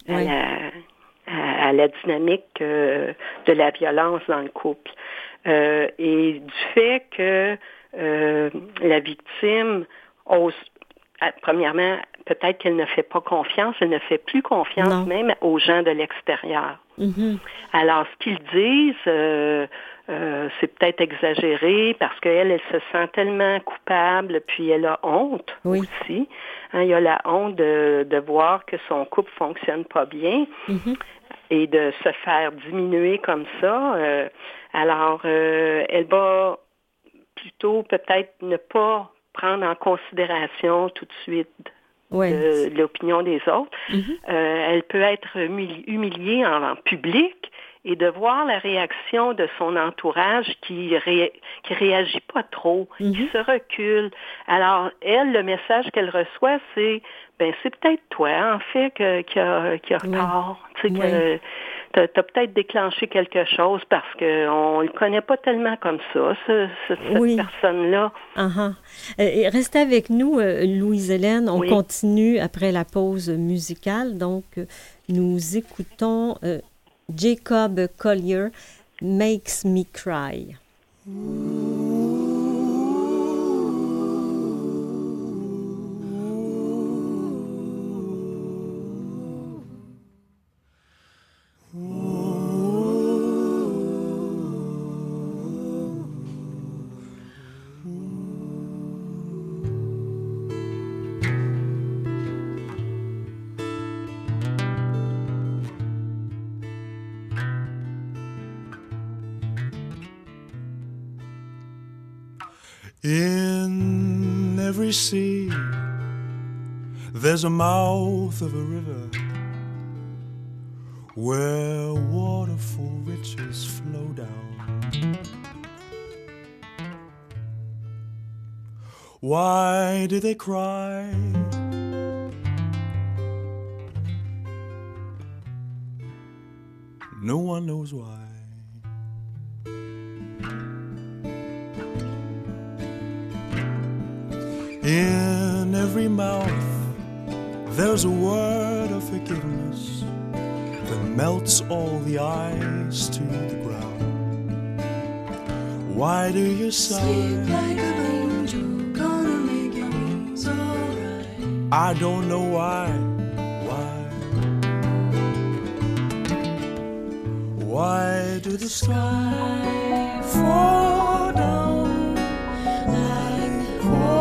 à la dynamique de la violence dans le couple. Et du fait que la victime ose, premièrement, peut-être qu'elle ne fait pas confiance, elle ne fait plus confiance même aux gens de l'extérieur. Mm-hmm. Alors, ce qu'ils disent, c'est peut-être exagéré parce qu'elle se sent tellement coupable, puis elle a honte aussi. Hein, il y a la honte de voir que son couple fonctionne pas bien et de se faire diminuer comme ça. Alors, elle va plutôt peut-être ne pas prendre en considération tout de suite de l'opinion des autres. Mm-hmm. Elle peut être humiliée en public et de voir la réaction de son entourage qui réagit pas trop, qui se recule. Alors, elle, le message qu'elle reçoit, c'est c'est peut-être toi, en fait, qui a tort. Tu sais, que t'as peut-être déclenché quelque chose parce qu'on le connaît pas tellement comme ça, cette personne-là. Uh-huh. Restez avec nous, Louise-Hélène. On continue après la pause musicale. Donc, nous écoutons Jacob Collier, Makes Me Cry. In every sea there's a mouth of a river where waterful riches flow down. Why do they cry? No one knows why. In every mouth there's a word of forgiveness that melts all the ice to the ground. Why do you sigh? Sleep like an angel, gonna make your wings alright. I don't know why. Why do the sky fall down like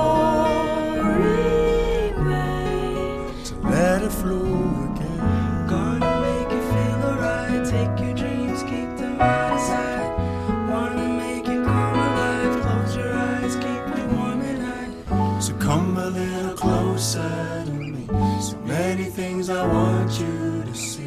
pouring rain to let it flow again? Gonna make you feel alright. Take your dreams, keep them out of sight. Wanna make you come alive. Close your eyes, keep it warm at night. So come a little closer to me. So many things I want you to see.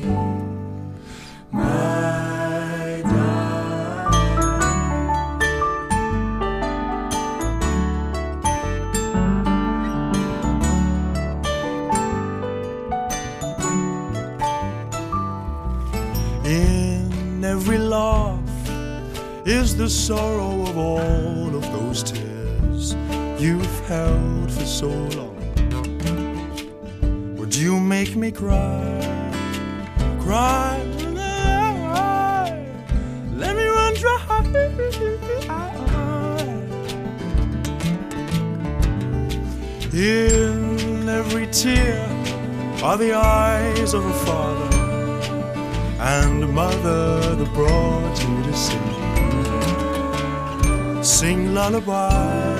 In every laugh is the sorrow of all of those tears you've held for so long. Would you make me cry? Cry? Let me run dry. In every tear are the eyes of a father and a mother that brought you to sing. Sing lullaby,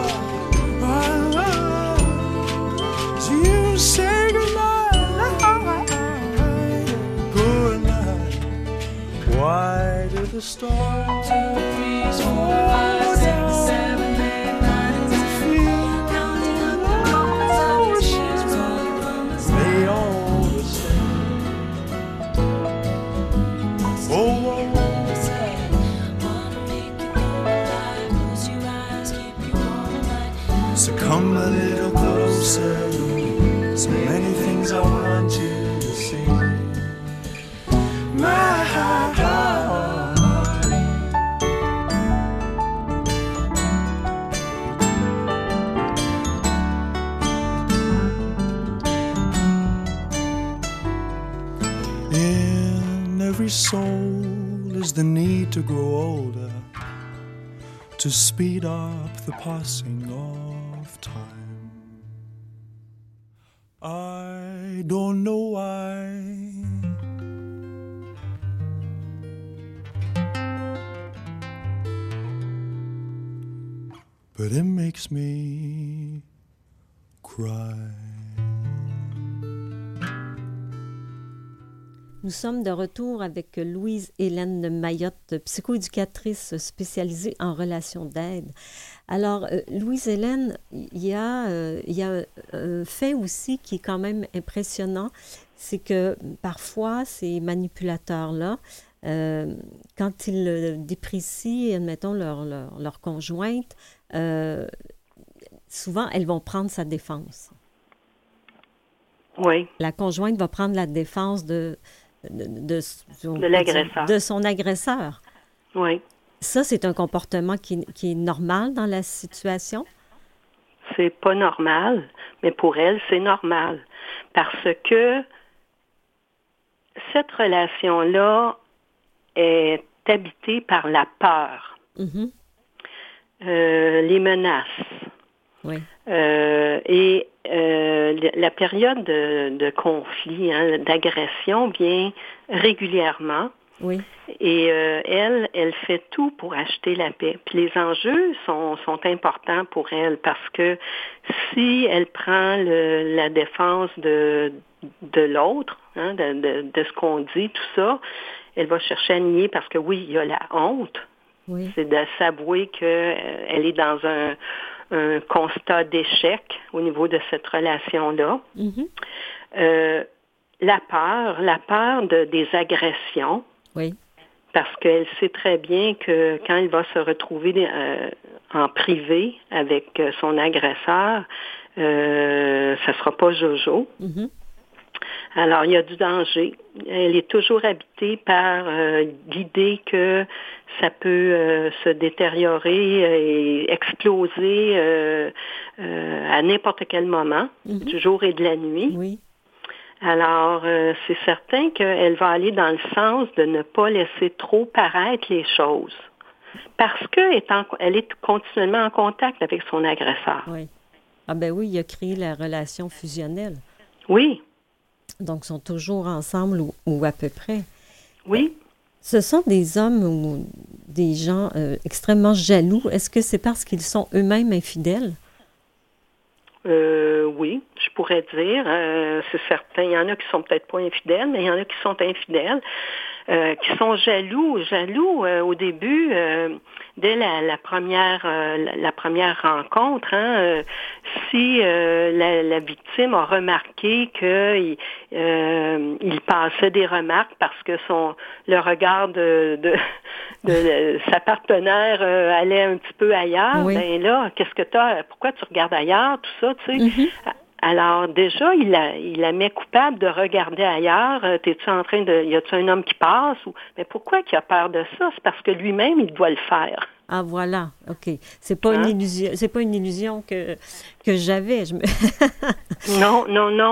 so you say goodnight, goodnight. Why did the storm 2, 3, 4, 5, 6, 7, 8, 9, and 10. Counting up the moments of your tears, rolling from the sky. they all the same? Oh, Wanna make you come alive. Close your eyes, keep you warm at night. so come a little closer to me. So many things I want you to see. My heart. In every soul is the need to grow older, to speed up the passing of time. I don't know why. But it makes me cry. Nous sommes de retour avec Louise-Hélène Mayotte, psychoéducatrice spécialisée en relations d'aide. Alors, Louise-Hélène, il y a un fait aussi qui est quand même impressionnant, c'est que parfois, ces manipulateurs-là, quand ils déprécient, admettons, leur conjointe, souvent, elles vont prendre sa défense. Oui. La conjointe va prendre la défense de l'agresseur. De son agresseur. Oui. Ça, c'est un comportement qui est normal dans la situation? C'est pas normal, mais pour elle, c'est normal. Parce que cette relation-là est habitée par la peur, les menaces. Oui. Et la période de conflit, d'agression vient régulièrement. Oui. Et elle fait tout pour acheter la paix. Puis les enjeux sont importants pour elle parce que si elle prend la défense de l'autre, de ce qu'on dit, tout ça, elle va chercher à nier parce que oui, il y a la honte. Oui. C'est de s'avouer qu'elle est dans un constat d'échec au niveau de cette relation-là. Mhm. La peur des agressions, Oui. parce qu'elle sait très bien que quand elle va se retrouver en privé avec son agresseur, ça sera pas Jojo. Mhm. Alors, il y a du danger. Elle est toujours habitée par l'idée que ça peut se détériorer et exploser à n'importe quel moment, du jour et de la nuit. Oui. Alors, c'est certain qu'elle va aller dans le sens de ne pas laisser trop paraître les choses. Parce qu'elle est continuellement en contact avec son agresseur. Oui. Ah ben oui, il a créé la relation fusionnelle. Oui, Donc, ils sont toujours ensemble ou à peu près. oui. Ce sont des hommes ou des gens extrêmement jaloux. Est-ce que c'est parce qu'ils sont eux-mêmes infidèles? Oui, je pourrais dire. C'est certain. Il y en a qui sont peut-être pas infidèles, mais il y en a qui sont infidèles, qui sont jaloux au début, dès la première rencontre. Si la victime a remarqué qu'il passait des remarques parce que le regard de sa partenaire allait un petit peu ailleurs, Oui. ben là, pourquoi tu regardes ailleurs, tout ça, tu sais. Alors, déjà, il la met coupable de regarder ailleurs. T'es-tu en train de... Y a-tu un homme qui passe? Mais pourquoi qu'il a peur de ça? C'est parce que lui-même, il doit le faire. Ah, voilà. OK. C'est pas une illusion, c'est pas une illusion que j'avais. Non.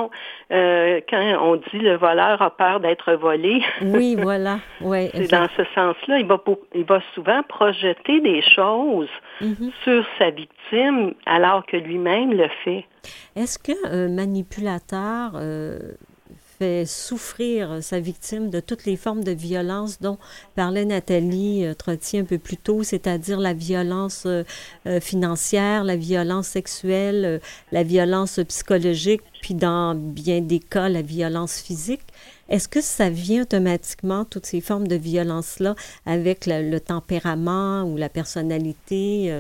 Quand on dit le voleur a peur d'être volé, Oui, voilà. Ouais, c'est dans ce sens-là. Il va souvent projeter des choses sur sa victime alors que lui-même le fait. Est-ce qu'un manipulateur fait souffrir sa victime de toutes les formes de violence dont parlait Nathalie Trottier un peu plus tôt, c'est-à-dire la violence financière, la violence sexuelle, la violence psychologique, puis dans bien des cas, la violence physique? Est-ce que ça vient automatiquement, toutes ces formes de violence-là, avec le tempérament ou la personnalité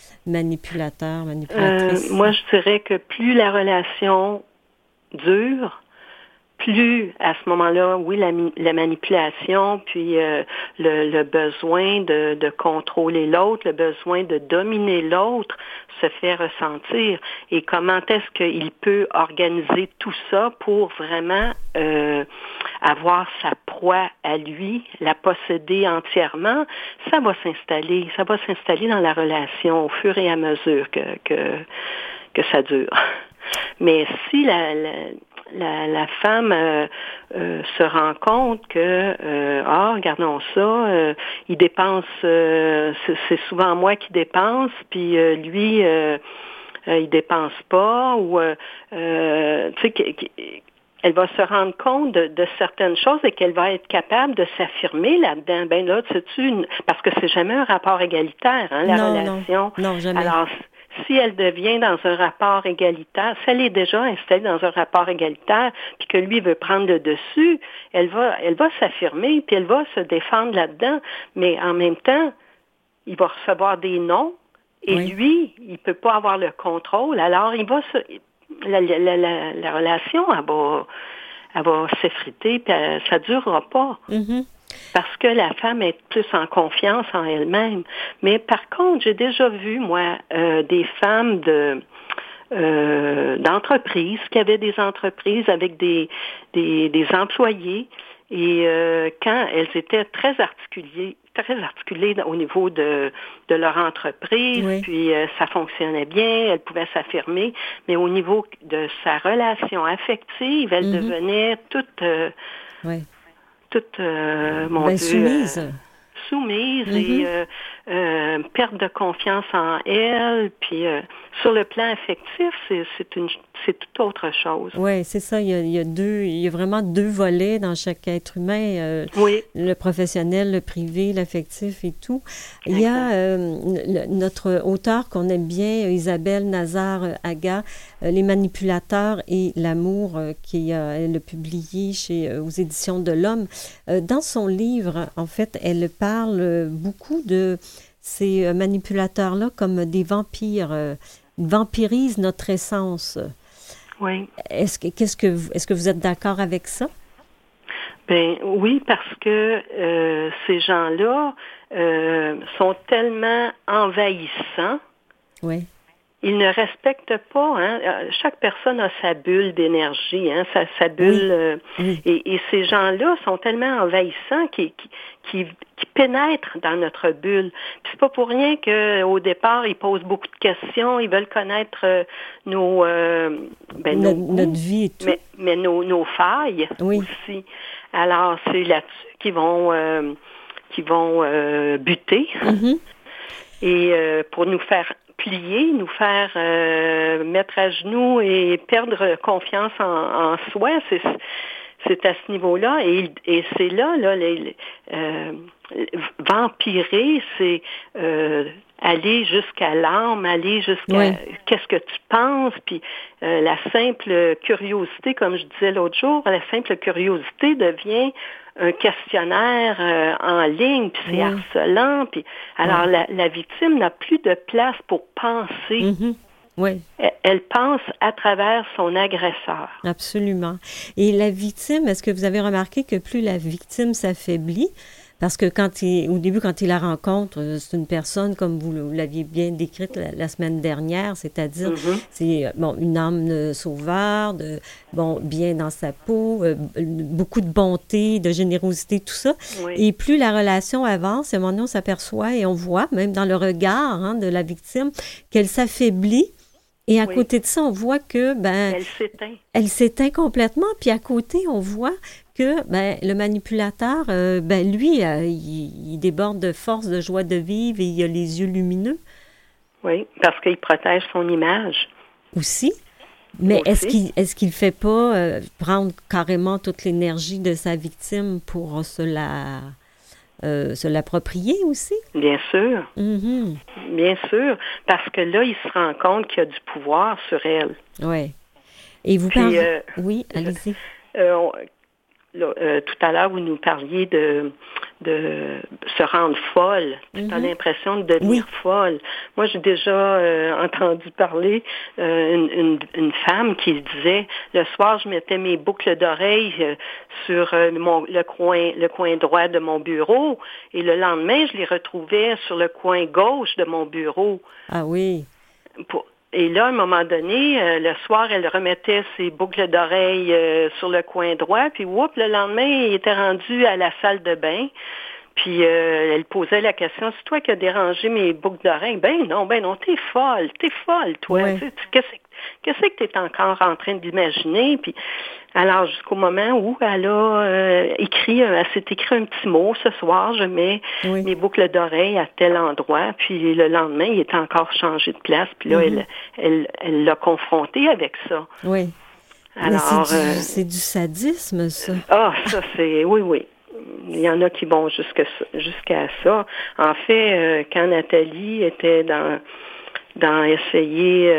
manipulatrice? Moi, je dirais que plus la relation dure, plus à ce moment-là, oui, la manipulation, puis le besoin de contrôler l'autre, le besoin de dominer l'autre se fait ressentir. Et comment est-ce qu'il peut organiser tout ça pour vraiment avoir sa proie à lui, la posséder entièrement? Ça va s'installer dans la relation au fur et à mesure que ça dure. Mais si la femme se rend compte que regardons ça, il dépense, c'est souvent moi qui dépense, puis lui il dépense pas, ou tu sais, elle va se rendre compte de certaines choses et qu'elle va être capable de s'affirmer là-dedans. Ben là, parce que c'est jamais un rapport égalitaire, la relation. Non, jamais. Alors, si elle devient dans un rapport égalitaire, si elle est déjà installée dans un rapport égalitaire, puis que lui veut prendre le dessus, elle va s'affirmer, puis elle va se défendre là-dedans, mais en même temps, il va recevoir des noms, et lui, il peut pas avoir le contrôle, alors il va la relation, elle va s'effriter, puis ça durera pas. Mm-hmm. Parce que la femme est plus en confiance en elle-même. Mais par contre, j'ai déjà vu, moi, des femmes d'entreprises, qui avaient des entreprises avec des employés, et quand elles étaient très articulées au niveau de leur entreprise, puis ça fonctionnait bien, elle pouvait s'affirmer, mais au niveau de sa relation affective, elle devenait toute mon Dieu, soumise et perte de confiance en elle. Puis sur le plan affectif, c'est tout autre chose. Oui, c'est ça. Il y a vraiment deux volets dans chaque être humain. Le professionnel, le privé, l'affectif et tout. Il y a notre auteure qu'on aime bien, Isabelle Nazar-Aga, Les manipulateurs et l'amour, elle a publié aux éditions de l'Homme. Dans son livre, en fait, elle parle beaucoup de ces manipulateurs-là comme des vampires vampirise notre essence. Oui. Est-ce que vous êtes d'accord avec ça? Ben oui, parce que ces gens-là sont tellement envahissants. Oui. Ils ne respectent pas. Hein? Chaque personne a sa bulle d'énergie, hein? sa bulle. Oui. Et ces gens-là sont tellement envahissants qui pénètrent dans notre bulle. Puis c'est pas pour rien qu'au départ, ils posent beaucoup de questions. Ils veulent connaître nos notre vie et tout. Mais nos failles aussi. Alors, c'est là-dessus qu'ils vont buter. Mm-hmm. Et pour nous faire plier, nous faire mettre à genoux et perdre confiance en soi, c'est à ce niveau-là. Et c'est là vampirer, c'est aller jusqu'à l'âme, aller jusqu'à qu'est-ce que tu penses, puis la simple curiosité, comme je disais l'autre jour, la simple curiosité devient un questionnaire en ligne, puis c'est harcelant, puis alors la victime n'a plus de place pour penser. Mm-hmm. Oui. Elle pense à travers son agresseur. Absolument. Et la victime, est-ce que vous avez remarqué que plus la victime s'affaiblit, parce que au début, quand il la rencontre, c'est une personne, comme vous l'aviez bien décrite la semaine dernière, c'est-à-dire, c'est une âme sauveur, bien dans sa peau, beaucoup de bonté, de générosité, tout ça. Oui. Et plus la relation avance, à un moment donné, on s'aperçoit et on voit, même dans le regard de la victime, qu'elle s'affaiblit. Et à côté de ça, on voit que elle s'éteint complètement. Puis à côté, on voit que le manipulateur, lui, il déborde de force, de joie de vivre et il a les yeux lumineux. Oui, parce qu'il protège son image. Aussi. Mais est-ce qu'il fait pas prendre carrément toute l'énergie de sa victime pour se l'approprier aussi? Bien sûr. Mm-hmm. Bien sûr. Parce que là, il se rend compte qu'il a du pouvoir sur elle. Oui. Et vous parlez... oui, allez-y. Tout à l'heure, vous nous parliez de se rendre folle. Tu as l'impression de devenir folle. Moi, j'ai déjà entendu parler une femme qui disait, le soir, je mettais mes boucles d'oreilles sur le coin droit de mon bureau et le lendemain, je les retrouvais sur le coin gauche de mon bureau. Ah oui. Et là, à un moment donné, le soir, elle remettait ses boucles d'oreilles sur le coin droit, puis le lendemain, il était rendu à la salle de bain. Puis elle posait la question, c'est toi qui as dérangé mes boucles d'oreilles? Ben non, t'es folle, toi. Ouais. Qu'est-ce que tu es encore en train d'imaginer? Puis alors, jusqu'au moment où elle a s'est écrit un petit mot, ce soir, je mets mes boucles d'oreilles à tel endroit, puis le lendemain, il était encore changé de place, puis là, elle l'a confronté avec ça. Oui. Alors, c'est du sadisme, ça. Ah, ça, c'est... Oui. Il y en a qui vont jusqu'à ça. En fait, quand Nathalie était dans essayer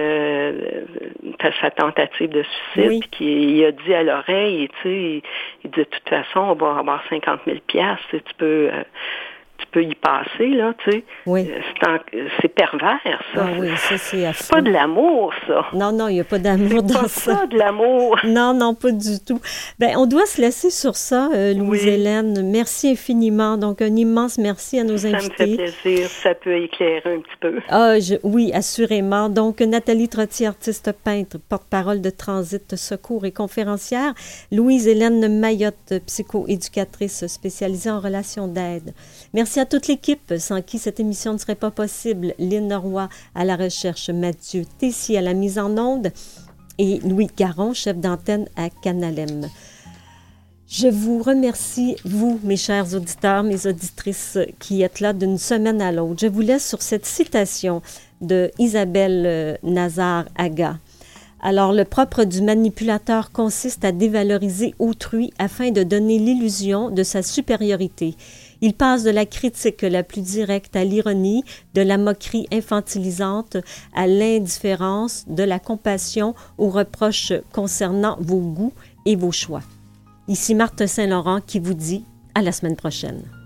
sa tentative de suicide, puis qu'il a dit à l'oreille, il dit de toute façon, on va avoir 50 000 $, tu peux y passer, là, tu sais. Oui. C'est pervers, ça. Ah oui, ça, c'est affreux. C'est pas de l'amour, ça. Non, il n'y a pas d'amour dans ça. C'est pas de l'amour. Non, pas du tout. On doit se laisser sur ça, Louise-Hélène. Merci infiniment. Donc, un immense merci à nos invités. Ça me fait plaisir. Ça peut éclairer un petit peu. Oui, assurément. Donc, Nathalie Trottier, artiste peintre, porte-parole de Transit Secours et conférencière. Louise-Hélène Mayotte, psychoéducatrice spécialisée en relations d'aide. Merci à toute l'équipe, sans qui cette émission ne serait pas possible. Lynn Roy à la recherche, Mathieu Tessier à la mise en onde et Louis Caron, chef d'antenne à Canalem. Je vous remercie, vous, mes chers auditeurs, mes auditrices qui êtes là d'une semaine à l'autre. Je vous laisse sur cette citation de Isabelle Nazar-Aga. Alors, le propre du manipulateur consiste à dévaloriser autrui afin de donner l'illusion de sa supériorité. Il passe de la critique la plus directe à l'ironie, de la moquerie infantilisante à l'indifférence, de la compassion aux reproches concernant vos goûts et vos choix. Ici Marthe Saint-Laurent qui vous dit à la semaine prochaine.